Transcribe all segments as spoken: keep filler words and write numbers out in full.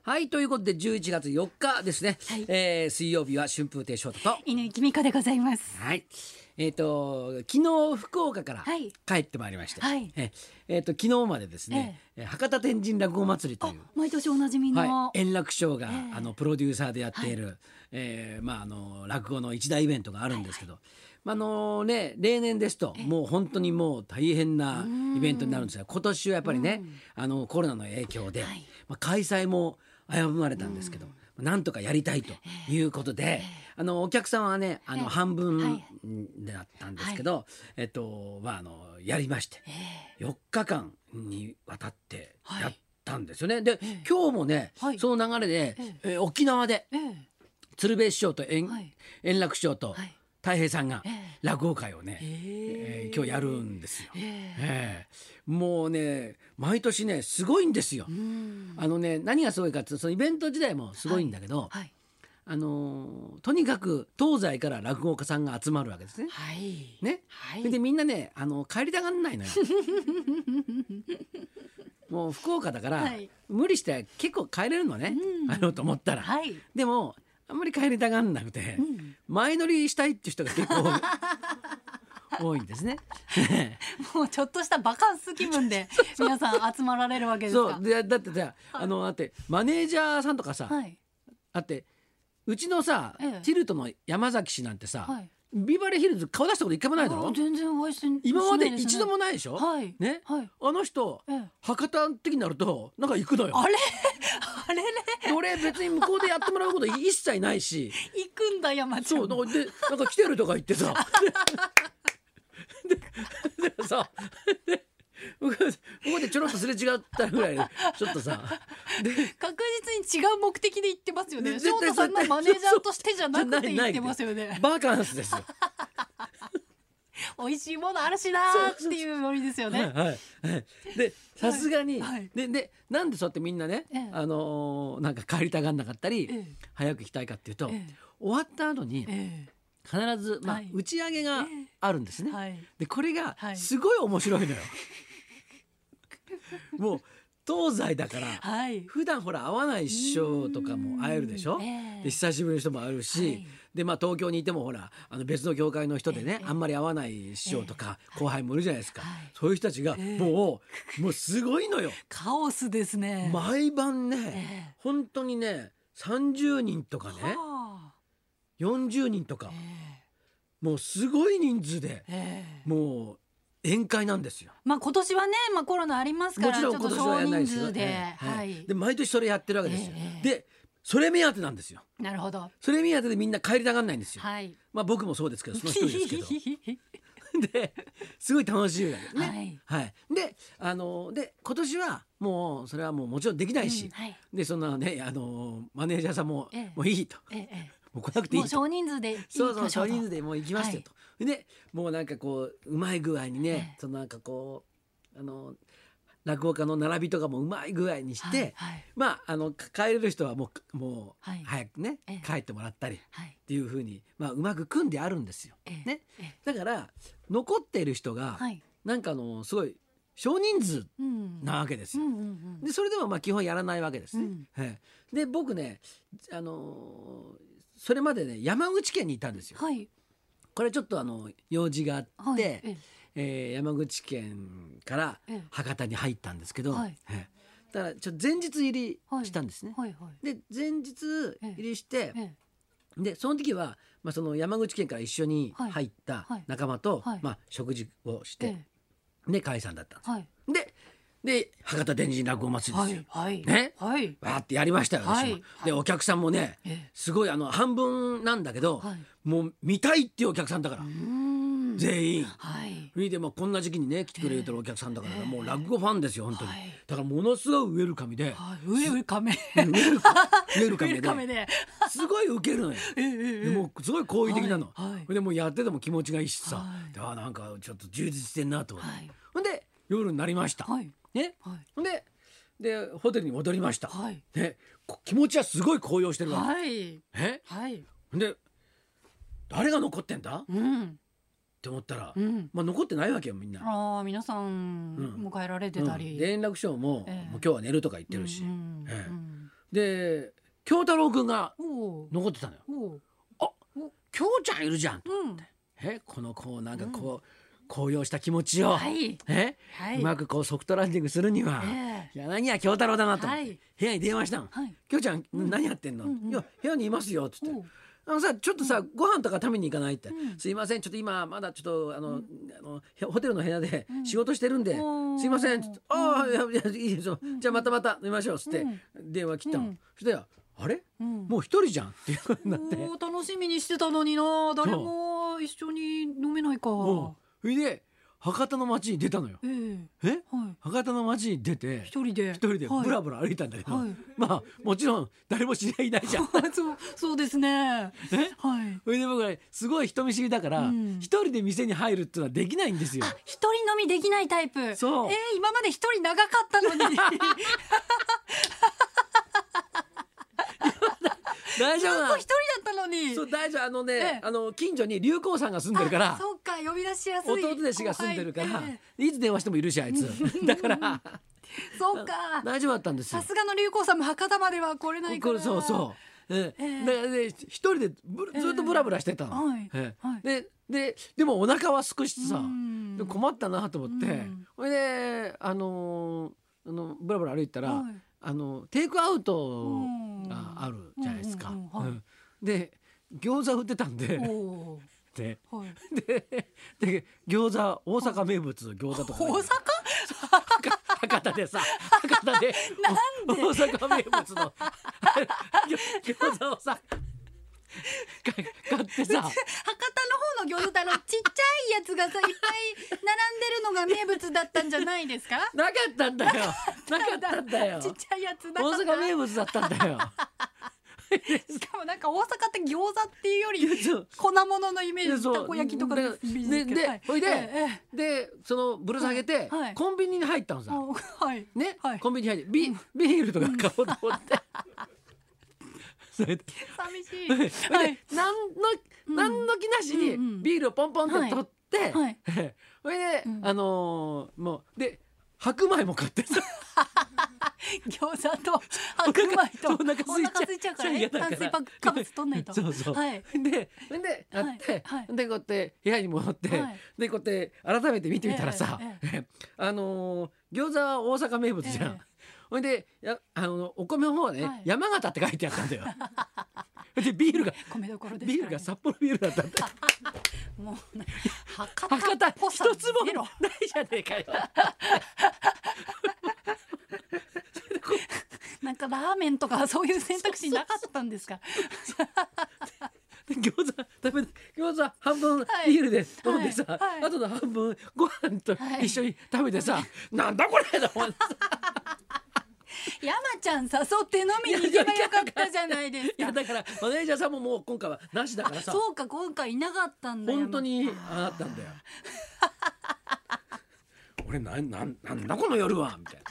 はい、ということでじゅういちがつよっかですね、 はい、 えー、水曜日は春風亭昇太と犬井君香でございます。 はい、えーと昨日福岡からはい帰ってまいりまして、 はい、 ええーと昨日までですね、えー、博多天神落語祭りという毎年おなじみの、 はい、円楽師匠が、 えー、 あのプロデューサーでやっている、 はい、 えーまあ、あの落語の一大イベントがあるんですけど、はいはい、まああのね、例年ですともう本当にもう大変なイベントになるんですが、今年はやっぱりね、あのコロナの影響で、はい、まあ、開催も危ぶまれたんですけど、なんとかやりたいということで、あのお客さんはね、あの半分だったんですけど、えっとまああのやりまして、よっかかんにわたってやったんですよね。で、今日もね、その流れで、え沖縄で鶴瓶師匠と円楽師匠と太平さんが落語会をね、えー、今日やるんですよ。えー、もうね毎年ねすごいんですよ。あのね、何がすごいかってそのイベント自体もすごいんだけど、はいはい、あのー、とにかく東西から落語家さんが集まるわけですね。はい、ね、はい、でみんなね、あの帰りたがんないのよ。もう福岡だから、はい、無理して結構帰れるのね、あのと思ったら、はい、でもあんまり帰りたがんなくて、うん、前乗りしたいっていう人が結構多い多いんですね。 もうちょっとしたバカンス気分で皆さん集まられるわけですか。 そうで、だってさ、はい、あのだってマネージャーさんとかさ、はい、だってうちのさ、ええ、ティルトの山崎氏なんてさ、はい、ビバリーヒルズ顔出したこと一回もないだろ。 全然お会いしてないですね。 今まで一度もないでしょ。はいね、はい、あの人、ええ、博多的になるとなんか行くのよ。 あれあれね。 俺別に向こうでやってもらうこと一切ないし行くんだ山ちゃん。 そうでなんか来てるとか言ってさででもさでここでちょろっとすれ違ったぐらいちょっとさで確実に違う目的で行ってますよね。翔太さんのマネージャーとしてじゃなくて行ってますよね。 バカンスですよ。 美味しいものあるしなっていうノリですよね。はいはいはい、 でさすがに、はい、ででなんでそうやってみんなね、ええ、あのー、なんか帰りたがんなかったり、ええ、早く行きたいかっていうと、ええ、終わった後に、ええ、必ず、まあはい、打ち上げがあるんですね。はい、でこれがすごい面白いのよ。はい、もう東西だから、はい、普段ほら会わない師匠とかも会えるでしょ、えー、で久しぶりの人も会えるし、はい、でまあ東京にいてもほらあの別の業界の人でね、えー、あんまり会わない師匠とか後輩もいるじゃないですか、はい、そういう人たちがもう、えー、もうすごいのよ。 カオスですね。 毎晩ね、えー、本当にねさんじゅうにんとかね、よんじゅうにんとか、えー、もうすごい人数で、えー、もう宴会なんですよ。 まあ今年はね、まあ、コロナありますからもちろん今年はやらないですよ。 で、えーはい、 で毎年それやってるわけですよ。えー、でそれ目当てなんですよ。 なるほど。 それ目当てでみんな帰りたがらないんですよ。はい、まあ僕もそうですけどその一人ですけどですごい楽しいわけですね。はい、はい、であので今年はもうそれはもうもちろんできないし、うんはい、でそんなねあのマネージャーさんも、えー、もういいと、えーえー、もう来なくていいと、 もう少人数でいいそうそう少人数でもう行きますよと、はい、でもうなんかこううまい具合にね、えー、そのなんかこうあの落語家の並びとかもうまい具合にして、はいはい、まああの帰れる人はもうもう早くね、はい、帰ってもらったりっていう風に、まあ、うまく組んであるんですよ、えーねえー、だから残っている人が、はい、なんかあのすごい少人数なわけですよ、うんうんうん、でそれでもまあ基本やらないわけですね、うんはい、で僕ねあのそれまでね山口県にいたんですよ、はい、これちょっとあの用事があって、はいえええー、山口県から博多に入ったんですけど、はい、だからちょっと前日入りしたんですね、はいはいはい、で前日入りして、ええ、でその時は、まあ、その山口県から一緒に入った仲間と、はいはいまあ、食事をして、ええ、で解散だったんです、はい、でで博多天神落語祭りですよ、はいはいねはい、わーってやりましたよ私も、はい、でお客さんもね、ええ、すごいあの半分なんだけど、はい、もう見たいっていうお客さんだから全員、はい、でもこんな時期にね来てくれるお客さんだから、えー、もう落語ファンですよ本当に、はい、だからものすごいウェルカムで、 はい、ウェルカムウェルカムですごいウケるのよ、えー、でもすごい好意的なの、はい、でもやってても気持ちがいいしさ、はい、あなんかちょっと充実してんなと、はい、ほんで夜になりました、はいねはい、ででホテルに戻りました、はいね、気持ちはすごい高揚してるわけ、はいえはい、で誰が残ってんだ、うんって思ったら、うんまあ、残ってないわけよみんな。 あ皆さん迎えられてたり、 うんうん、連絡書も、えー、もう今日は寝るとか言ってるし、うんうんえー、 で京太郎くんがお残ってたのよ。 おあ、京ちゃんいるじゃんと思って、 うんえこのこうなんかこう、高揚した気持ちを、 はいえはいうまくこうソフトランディングするには、 ええ柳家京太郎だなと思って、 はい部屋に電話したの。 はい京ちゃん、何やってんの、 うんうんいや部屋にいますよっつって、 おうあのさちょっとさ、ご飯とか食べに行かないって、 うんすいませんちょっと今まだちょっとあの、あのホテルの部屋でん仕事してるんで、 おーすいませんっつって、ああいやいやいいですよ、じゃあまたまた飲みましょうっつって、 うん電話切ったの、 うんそしたらあれうんもう一人じゃんっていうことになって、 おー楽しみにしてたのにな、誰も一緒に飲めないか。 うんそれで博多の街に出たのよ。 えええはい博多の街に出て一人で一人ではいブラブラ歩いたんだけど、 はいまあもちろん誰も知り合いいないじゃん。 そうそうですね。 えはい。 それで僕はすごい人見知りだからうん一人で店に入るっていうのはできないんですよ。 あ、一人飲みできないタイプ。 そうえー、今まで一人長かったのに。 大丈夫なのずっと一人だったのに。 そう大丈夫あのね、 ええあの近所に龍光さんが住んでるからあそうか、呼び出しやすい。 弟弟子が住んでるから、 後輩えいつ電話してもいるしあいつだからえそうか。 大丈夫だったんですよさ。すがの龍光さんも博多までは来れないから。 これそうそう、ええええだからね一人でぶずっとブラブラしてたの、 はいええはいでででもお腹はすくしさ、 うんで困ったなと思って、 うんそれであのーあのブラブラ歩いたら、 はいあのテイクアウトがあるじゃないですか。 うんうんうんはいうんで餃子売ってたんでおでーはい。 でで餃子大阪名物餃子とか大阪？ 博多でさ博多でなんで大阪名物の餃子をさか買ってさ博多の方の餃子ってあのちっちゃいやつがさいっぱい並んでるのが名物だったんじゃないですか？ なかったんだよなかったんだよちっちゃいやつだ大から。 阪名物だったんだよしかもなんか大阪って餃子っていうよりそう粉物のイメージ、 そうたこ焼きとかのイメージでですけど。はいでほいで、 ええでそのぶら下げて、 はいはいコンビニに入ったのさ、 あはい。 ね、 はいコンビニに入ってビ,、ビールとか買おうと思って、それで寂しい。 それではい。 何の何の気なしにうんうんビールをポンポンって取って、 はいそれで、 うんあのーもうで白米も買ってさ餃子と白米とお腹空いちゃうお腹空いちゃうからね。 嫌だから炭水化化物取んないと。 そうそう、 はい。 ででやって、 はいはいでこうやって部屋に戻って、 はいでこうやって改めて見てみたらさ、 えあのー餃子は大阪名物じゃん。 ええほいでやあのお米の方はね、 はい山形って書いてあったんだよ。でビールが米どころですビールからね。 が札幌ビールだったんだよ。 もうね博博多多っぽさ一つもないゼロ。 じゃねえかよ。 なんかラーメンとかそういう選択肢なかったんですか？ で餃子食べ餃子半分はいビールで飲んでさ、 はいはいあとの半分ご飯とはい一緒に食べてさ、なんだこれと思ってさ山ちゃん誘って飲みに行けばよかったじゃないですか。 いやだからマネージャーさんももう今回はなしだからさ、 そうか今回いなかったんだよ。 本当にあなったんだよ。俺なんなんなんだこの夜はみたいな。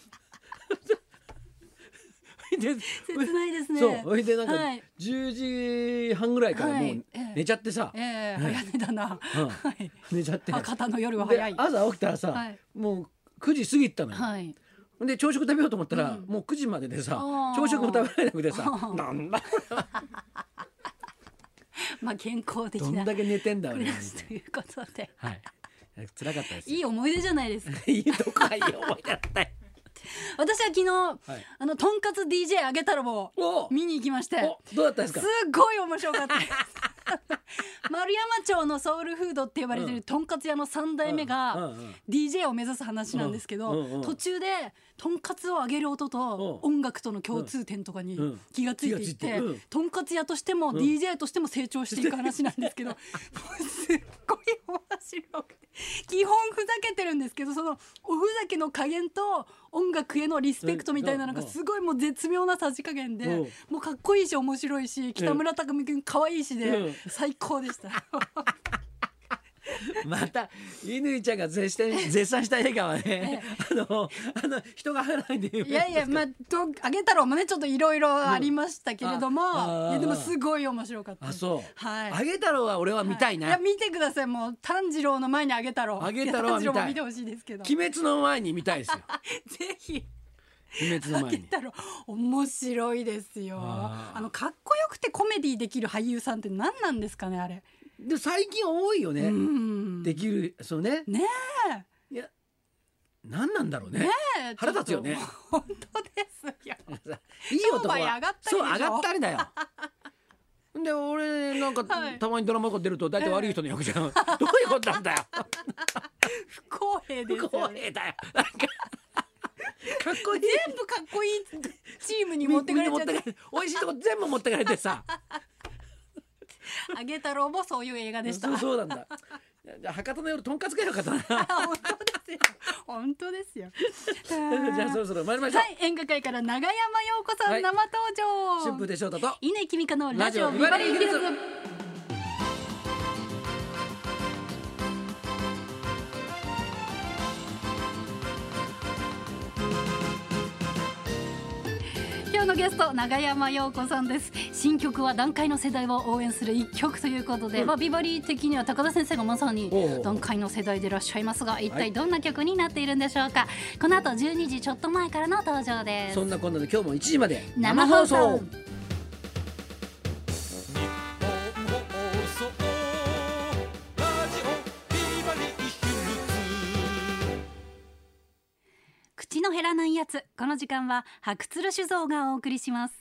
で切ないですね。 そうそれでなんかはいじゅうじはんぐらいからもはいうええ寝ちゃってさ、 ええ早寝だな。 うんはい。 寝ちゃって博多の夜はで早い。 朝起きたらさ、 はいもうくじ過ぎたのよ。 はい。 で朝食食べようと思ったら、 うんもうくじまででさあー朝食も食べられなくてさあーなんだこれはまあ健康的どんなだけ寝てんだク俺はみたいラスということで。 な。はい辛かったですよ。 いい思い出じゃないですか。 いいとこはいい思いだったよ。 私は昨日、 はいあのとんかつ ディージェー あげ太郎をお見に行きまして、 おどうだったですすか。 っごい面白かったです。丸山町のソウルフードって呼ばれてるとんかつ屋のさん代目うんがうんうんディージェー を目指す話なんですけど、 うんうんうん途中でとんかつを揚げる音とうん音楽との共通点とかにうん気がついてい気がついっててうんとんかつ屋としても ディージェー としても成長していく話なんですけどもうすっごい面白くて基本ふざけてるんですけどそのおふざけの加減と音楽へのリスペクトみたいなのがすごいもう絶妙なさじ加減でうんもうかっこいいし面白いし北村匠海君可愛いしでうん最高でした。 また乾ちゃんが絶賛絶賛した映画はね、あのあの人が入らないで言ういやいやまあとあげ太郎もねちょっといろいろありましたけれども、 ああいやでもすごい面白かったです。 あそう、 はいあげ太郎は俺は見たいな、 や見てくださいもう炭治郎の前にあげ太郎あげ太郎は見たいや炭治郎も見てほしいですけど鬼滅の前に見たいですよ。 ぜひ不滅の前に。 太郎面白いですよ。 ああのかっこよくてコメディできる俳優さんって何なんですかねあれ。 で最近多いよね、 うんできるそうね。 ねいや何なんだろうね。 えねえ腹立つよね。 本当ですよ。 いい男は商売上がったりでしょ。 そう上がったりだよ。で俺なんか、 はい、 たまにドラマとか出ると大体悪い人の役じゃん、ええ、どういうことなんだよ。 不公平ですよ、ね、 不公平だよ。なんかかっこいい全部かっこいいチームに持ってかれちゃって、 美味しいとこ全部持ってかれてさ。 あげ太郎もそういう映画でした。 そうそうなんだ。じゃあ博多の夜とんかつがよかったな。 本当ですよ。本当ですよ。 じゃあそろそろ参りましょう。 はい、演歌界から長山洋子さん、 はい、 生登場。 春風亭昇太と稲木美香のラジオビバリーヒルズ。今日のゲスト長山洋子さんです。新曲は団塊の世代を応援する一曲ということで、うん、まあ、ビバリー的には高田先生がまさに団塊の世代でいらっしゃいますが、一体どんな曲になっているんでしょうか。はい、この後じゅうにじちょっと前からの登場です。 そんなこんなで今日もいちじまで生放送。 口の減らないやつ。この時間は白鶴酒造がお送りします。